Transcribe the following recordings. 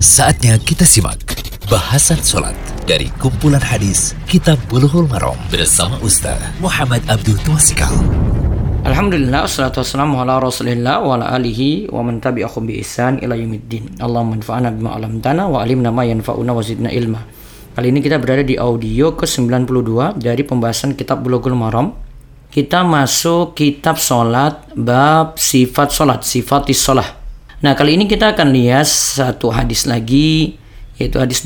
Saatnya kita simak bahasan sholat dari kumpulan hadis Kitab Bulughul Maram bersama Ustaz Muhammad Abdul Twasikal. Alhamdulillah, wassalatu wassalamu ala rasulillah wa ala alihi wa man tabi'ahum bi ihsan ila yaumiddin. Allahumma anfa'na bima 'allamtana wa 'allimna ma yanfa'una wa zidna ilma. Kali ini kita berada di audio ke-92 dari pembahasan Kitab Bulughul Maram. Kita masuk kitab sholat, bab sifat sholat, sifatis sholat. Nah, kali ini kita akan lihat satu hadis lagi, yaitu hadis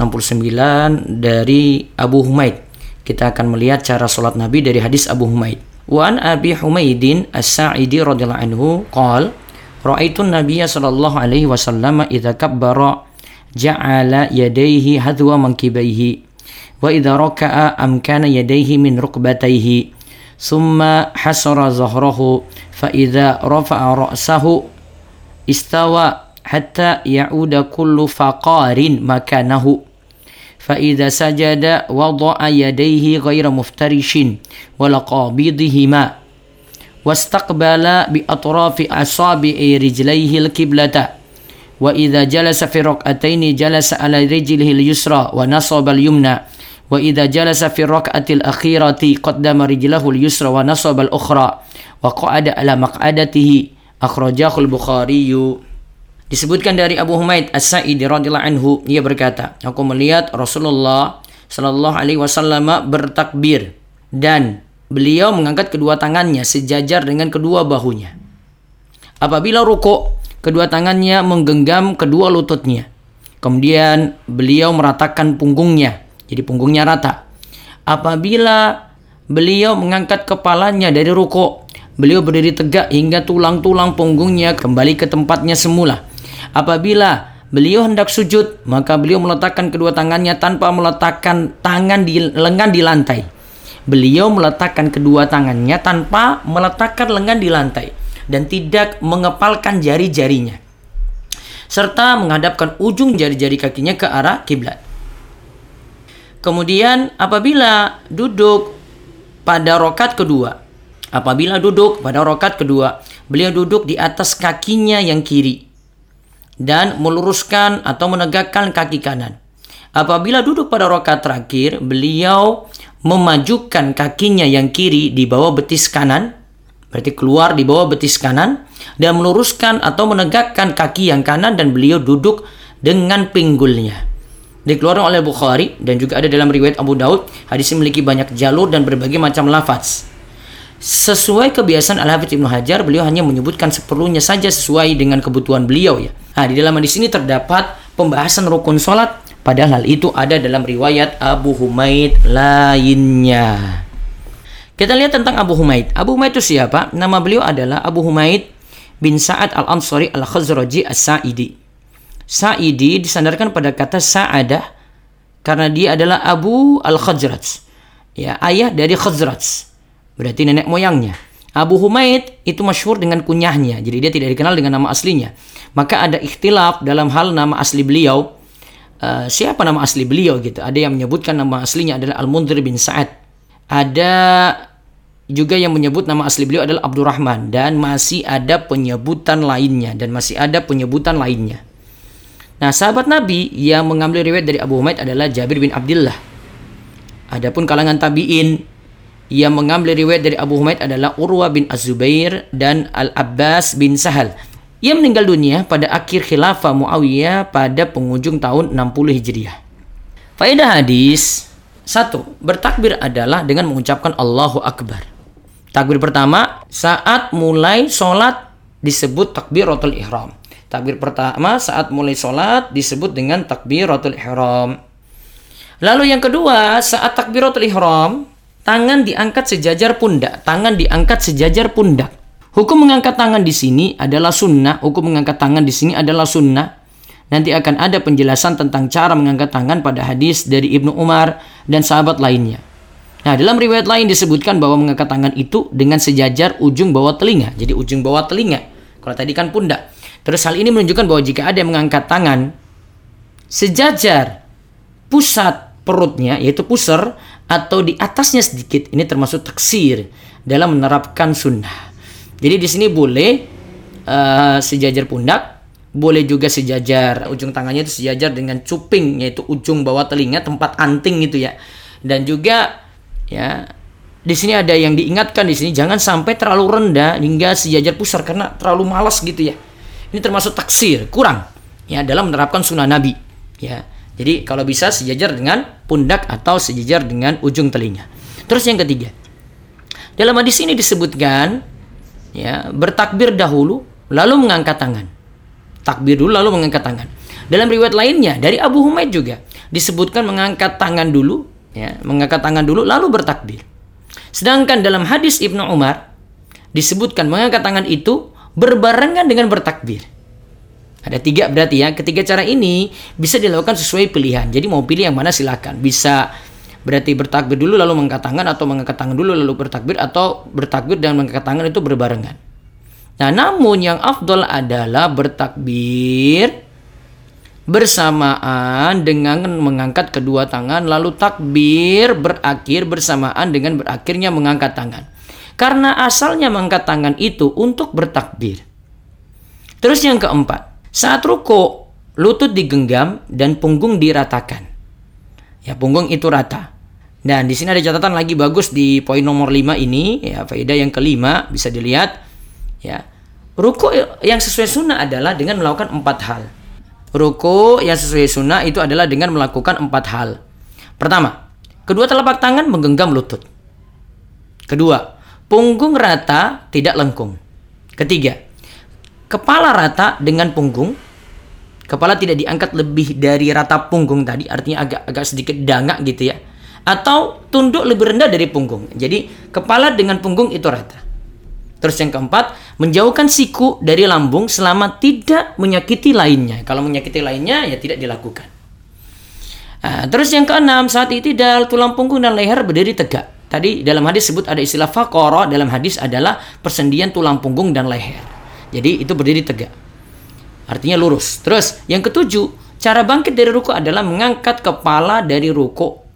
269 dari Abu Humaid. Kita akan melihat cara sholat Nabi dari hadis Abu Humaid. Wa an Abi Humaidin As-Sa'idi radhiyallahu anhu qala ra'aitu an-nabiyya sallallahu alaihi wasallam idza kabbara ja'ala yadayhi hadwa mankibaihi wa idza raka'a amkana yadayhi min rukbatayhi thumma hasara zahrahu fa idza rafa'a ra'sahu istawa hatta ya'uda kullu faqarin makanahu fa idza sajada wada'a yadayhi ghayra muftarishin wala qabidihima wastaqbala bi atrafi asabi'i rijlaihi al-qiblata wa idza jalasa fi rak'ataini jalasa ala rijlihi al-yusra wa nasaba al-yumna wa idza jalasa fi rak'atil akhirati qaddama rijlahu al-yusra wa nasaba al-ukhra wa qa'ada ala maq'adatihi akhrajahu al-Bukhari. Disebutkan dari Abu Humaid As-Sa'idi radhiyallahu anhu, ia berkata, aku melihat Rasulullah sallallahu alaihi wasallam bertakbir dan beliau mengangkat kedua tangannya sejajar dengan kedua bahunya. Apabila rukuk, kedua tangannya menggenggam kedua lututnya. Kemudian beliau meratakan punggungnya, jadi punggungnya rata. Apabila beliau mengangkat kepalanya dari rukuk, beliau berdiri tegak hingga tulang-tulang punggungnya kembali ke tempatnya semula. Apabila beliau hendak sujud, maka beliau meletakkan kedua tangannya tanpa meletakkan tangan di lengan di lantai. Beliau meletakkan kedua tangannya tanpa meletakkan lengan di lantai dan tidak mengepalkan jari-jarinya, serta menghadapkan ujung jari-jari kakinya ke arah kiblat. Kemudian apabila duduk pada rakaat kedua, beliau duduk di atas kakinya yang kiri dan meluruskan atau menegakkan kaki kanan. Apabila duduk pada rakaat terakhir, beliau memajukan kakinya yang kiri di bawah betis kanan, berarti keluar di bawah betis kanan, dan meluruskan atau menegakkan kaki yang kanan dan beliau duduk dengan pinggulnya. Dikeluarkan oleh Bukhari dan juga ada dalam riwayat Abu Daud. Hadis ini memiliki banyak jalur dan berbagai macam lafaz. Sesuai kebiasaan Al-Hafidz Ibnu Hajar, beliau hanya menyebutkan seperlunya saja sesuai dengan kebutuhan beliau ya. Nah, di dalam hadis ini terdapat pembahasan rukun sholat, padahal hal itu ada dalam riwayat Abu Humaid lainnya. Kita lihat tentang Abu Humaid. Abu Humaid itu siapa? Nama beliau adalah Abu Humaid bin Sa'ad al-Ansari al-Khazraji as-Sa'idi. Sa'idi disandarkan pada kata Sa'adah karena dia adalah Abu al-Khazraj, ya, ayah dari Khazraj, berarti nenek moyangnya. Abu Humaid itu masyhur dengan kunyahnya, jadi dia tidak dikenal dengan nama aslinya. Maka ada ikhtilaf dalam hal nama asli beliau. Siapa nama asli beliau gitu? Ada yang menyebutkan nama aslinya adalah Al-Mundhir bin Sa'ad. Ada juga yang menyebut nama asli beliau adalah Abdurrahman, dan masih ada penyebutan lainnya. Nah, sahabat Nabi yang mengambil riwayat dari Abu Humaid adalah Jabir bin Abdullah. Adapun kalangan tabi'in yang mengambil riwayat dari Abu Humaid adalah Urwa bin Az-Zubair dan Al-Abbas bin Sahal. Ia meninggal dunia pada akhir khilafah Muawiyah pada penghujung tahun 60 Hijriah. Faedah hadis: 1. Bertakbir adalah dengan mengucapkan Allahu Akbar. Takbir pertama saat mulai sholat disebut takbiratul ihram. Takbir pertama saat mulai sholat disebut dengan takbiratul ihram. Lalu yang kedua, saat takbiratul ihram, tangan diangkat sejajar pundak. Hukum mengangkat tangan di sini adalah sunnah. Nanti akan ada penjelasan tentang cara mengangkat tangan pada hadis dari Ibnu Umar dan sahabat lainnya. Nah, dalam riwayat lain disebutkan bahwa mengangkat tangan itu dengan sejajar ujung bawah telinga. Jadi ujung bawah telinga. Kalau tadi kan pundak. Terus hal ini menunjukkan bahwa jika ada yang mengangkat tangan sejajar pusat perutnya, yaitu pusar, atau di atasnya sedikit, ini termasuk taksir dalam menerapkan sunnah. Jadi di sini boleh sejajar pundak, boleh juga sejajar. Ujung tangannya itu sejajar dengan cuping, yaitu ujung bawah telinga, tempat anting gitu ya. Dan juga ya, di sini ada yang diingatkan di sini, jangan sampai terlalu rendah hingga sejajar pusar karena terlalu malas gitu ya. Ini termasuk taksir, kurang ya dalam menerapkan sunnah Nabi ya. Jadi kalau bisa sejajar dengan pundak atau sejajar dengan ujung telinga. Terus yang ketiga, dalam hadis ini disebutkan ya, bertakbir dahulu lalu mengangkat tangan. Takbir dulu lalu mengangkat tangan. Dalam riwayat lainnya dari Abu Humaid juga disebutkan mengangkat tangan dulu ya, mengangkat tangan dulu lalu bertakbir. Sedangkan dalam hadis Ibnu Umar disebutkan mengangkat tangan itu berbarengan dengan bertakbir. Ada 3 berarti ya. Ketiga cara ini bisa dilakukan sesuai pilihan. Jadi mau pilih yang mana silakan. Bisa berarti bertakbir dulu lalu mengangkat tangan, atau mengangkat tangan dulu lalu bertakbir, atau bertakbir dan mengangkat tangan itu berbarengan. Nah, namun yang afdol adalah bertakbir bersamaan dengan mengangkat kedua tangan, lalu takbir berakhir bersamaan dengan berakhirnya mengangkat tangan. Karena asalnya mengangkat tangan itu untuk bertakbir. Terus yang keempat, saat ruku, lutut digenggam dan punggung diratakan. Ya, punggung itu rata. Dan di sini ada catatan lagi bagus di poin nomor 5 ini, ya, faedah yang kelima bisa dilihat. Ya, ruku yang sesuai sunnah adalah dengan melakukan 4 hal. Ruku yang sesuai sunnah itu adalah dengan melakukan 4 hal. Pertama, kedua telapak tangan menggenggam lutut. Kedua, punggung rata tidak lengkung. Ketiga, kepala rata dengan punggung. Kepala tidak diangkat lebih dari rata punggung tadi, artinya agak sedikit dangak gitu ya. Atau tunduk lebih rendah dari punggung. Jadi kepala dengan punggung itu rata. Terus yang keempat, menjauhkan siku dari lambung selama tidak menyakiti lainnya. Kalau menyakiti lainnya ya tidak dilakukan. Nah, terus yang keenam, saat i'tidal tulang punggung dan leher berdiri tegak. Tadi dalam hadis sebut ada istilah faqara, dalam hadis adalah persendian tulang punggung dan leher. Jadi itu berdiri tegak. Artinya lurus. Terus yang ketujuh, cara bangkit dari ruku adalah mengangkat kepala dari ruku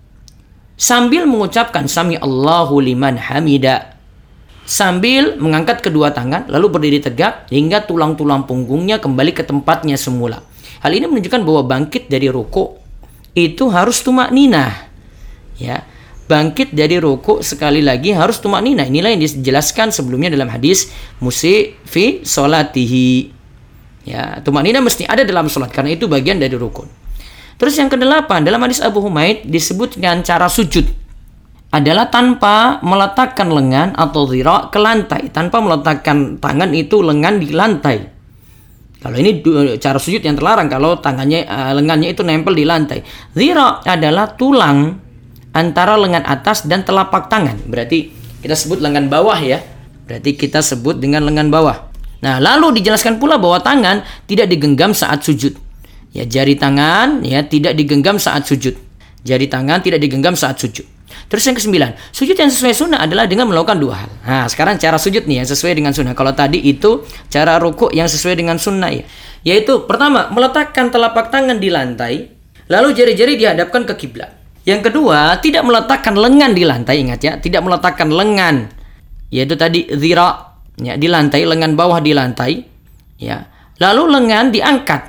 sambil mengucapkan sami Allahu liman hamida, sambil mengangkat kedua tangan lalu berdiri tegak hingga tulang-tulang punggungnya kembali ke tempatnya semula. Hal ini menunjukkan bahwa bangkit dari ruku itu harus tumakninah. Ya, bangkit dari ruku sekali lagi harus tumakninah. Inilah yang dijelaskan sebelumnya dalam hadis musi fi sholatihi. Ya, tumakninah mesti ada dalam sholat karena itu bagian dari rukun. Terus yang kedelapan, dalam hadis Abu Humaid disebutkan cara sujud adalah tanpa meletakkan lengan atau dhira ke lantai, tanpa meletakkan tangan itu lengan di lantai. Kalau ini cara sujud yang terlarang, kalau tangannya lengannya itu nempel di lantai. Dhira adalah tulang antara lengan atas dan telapak tangan. Berarti kita sebut lengan bawah ya. Berarti kita sebut dengan lengan bawah. Nah, lalu dijelaskan pula bahwa tangan tidak digenggam saat sujud. Ya, jari tangan ya tidak digenggam saat sujud. Jari tangan tidak digenggam saat sujud. Terus yang ke-9, sujud yang sesuai sunnah adalah dengan melakukan 2 hal. Nah, sekarang cara sujud nih yang sesuai dengan sunnah. Kalau tadi itu cara ruku yang sesuai dengan sunnah ya. Yaitu pertama, meletakkan telapak tangan di lantai, lalu jari-jari dihadapkan ke kiblat. Yang kedua, tidak meletakkan lengan di lantai, ingat ya, tidak meletakkan lengan. Yaitu tadi dhira ya, di lantai, lengan bawah di lantai ya. Lalu lengan diangkat.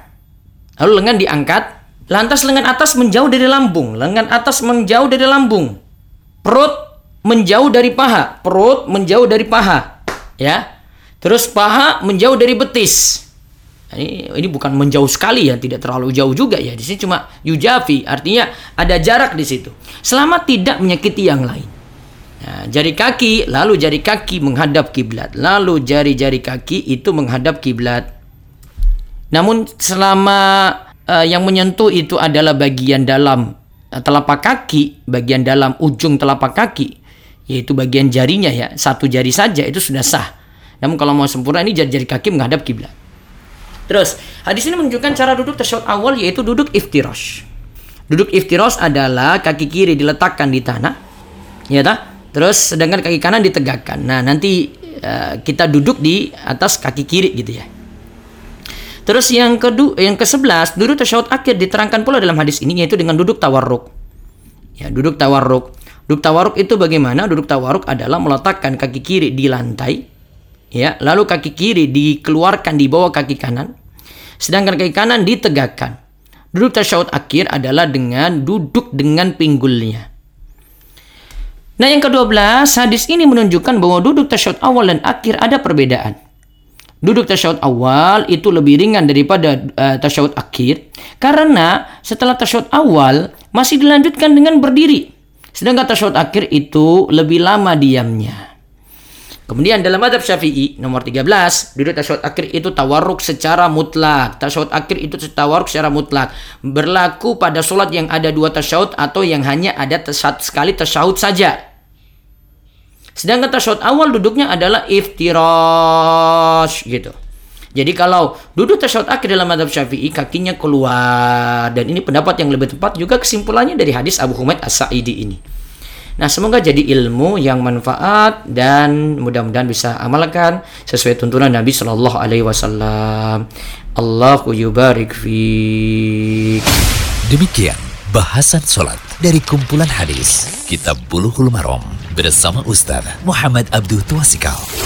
Lantas lengan atas menjauh dari lambung. Lengan atas menjauh dari lambung. Perut menjauh dari paha. Ya. Terus paha menjauh dari betis. Ini bukan menjauh sekali ya, tidak terlalu jauh juga ya. Di sini cuma yujafi, artinya ada jarak di situ. Selama tidak menyakiti yang lain. Nah, jari kaki menghadap kiblat. Lalu jari-jari kaki itu menghadap kiblat. Namun selama yang menyentuh itu adalah bagian dalam telapak kaki, bagian dalam ujung telapak kaki, yaitu bagian jarinya ya, 1 jari saja itu sudah sah. Namun kalau mau sempurna ini jari-jari kaki menghadap kiblat. Terus hadis ini menunjukkan cara duduk tasyahud awal, yaitu duduk iftirash. Duduk iftirash adalah kaki kiri diletakkan di tanah, ya tak? Terus sedangkan kaki kanan ditegakkan. Nah, nanti kita duduk di atas kaki kiri gitu ya. Terus yang ke-11, duduk tasyahud akhir diterangkan pula dalam hadis ini, yaitu dengan duduk tawarruk. Ya, duduk tawarruk. Duduk tawarruk itu bagaimana? Duduk tawarruk adalah meletakkan kaki kiri di lantai, ya, lalu kaki kiri dikeluarkan di bawah kaki kanan. sedangkan kaki kanan ditegakkan. Duduk tasyahud akhir adalah dengan duduk dengan pinggulnya. Nah, yang ke-12, hadis ini menunjukkan bahwa duduk tasyahud awal dan akhir ada perbedaan. Duduk tasyahud awal itu lebih ringan daripada tasyahud akhir karena setelah tasyahud awal masih dilanjutkan dengan berdiri. Sedangkan tasyahud akhir itu lebih lama diamnya. Kemudian dalam mazhab Syafi'i nomor 13, duduk tasyahud akhir itu tawarruk secara mutlak. Tasyahud akhir itu tawarruk secara mutlak. Berlaku pada sholat yang ada 2 tasyahud atau yang hanya ada sekali tasyahud saja. Sedangkan tasyahud awal duduknya adalah iftirash gitu. Jadi kalau duduk tasyahud akhir dalam mazhab Syafi'i kakinya keluar, dan ini pendapat yang lebih tepat juga kesimpulannya dari hadis Abu Humaid As-Sa'idi ini. Nah, semoga jadi ilmu yang manfaat dan mudah-mudahan bisa amalkan sesuai tuntunan Nabi Shallallahu Alaihi Wasallam. Allahu yubarik fiik. Demikian bahasan sholat dari kumpulan hadis Kitab Bulughul Maram bersama Ustaz Muhammad Abduh Twasikal.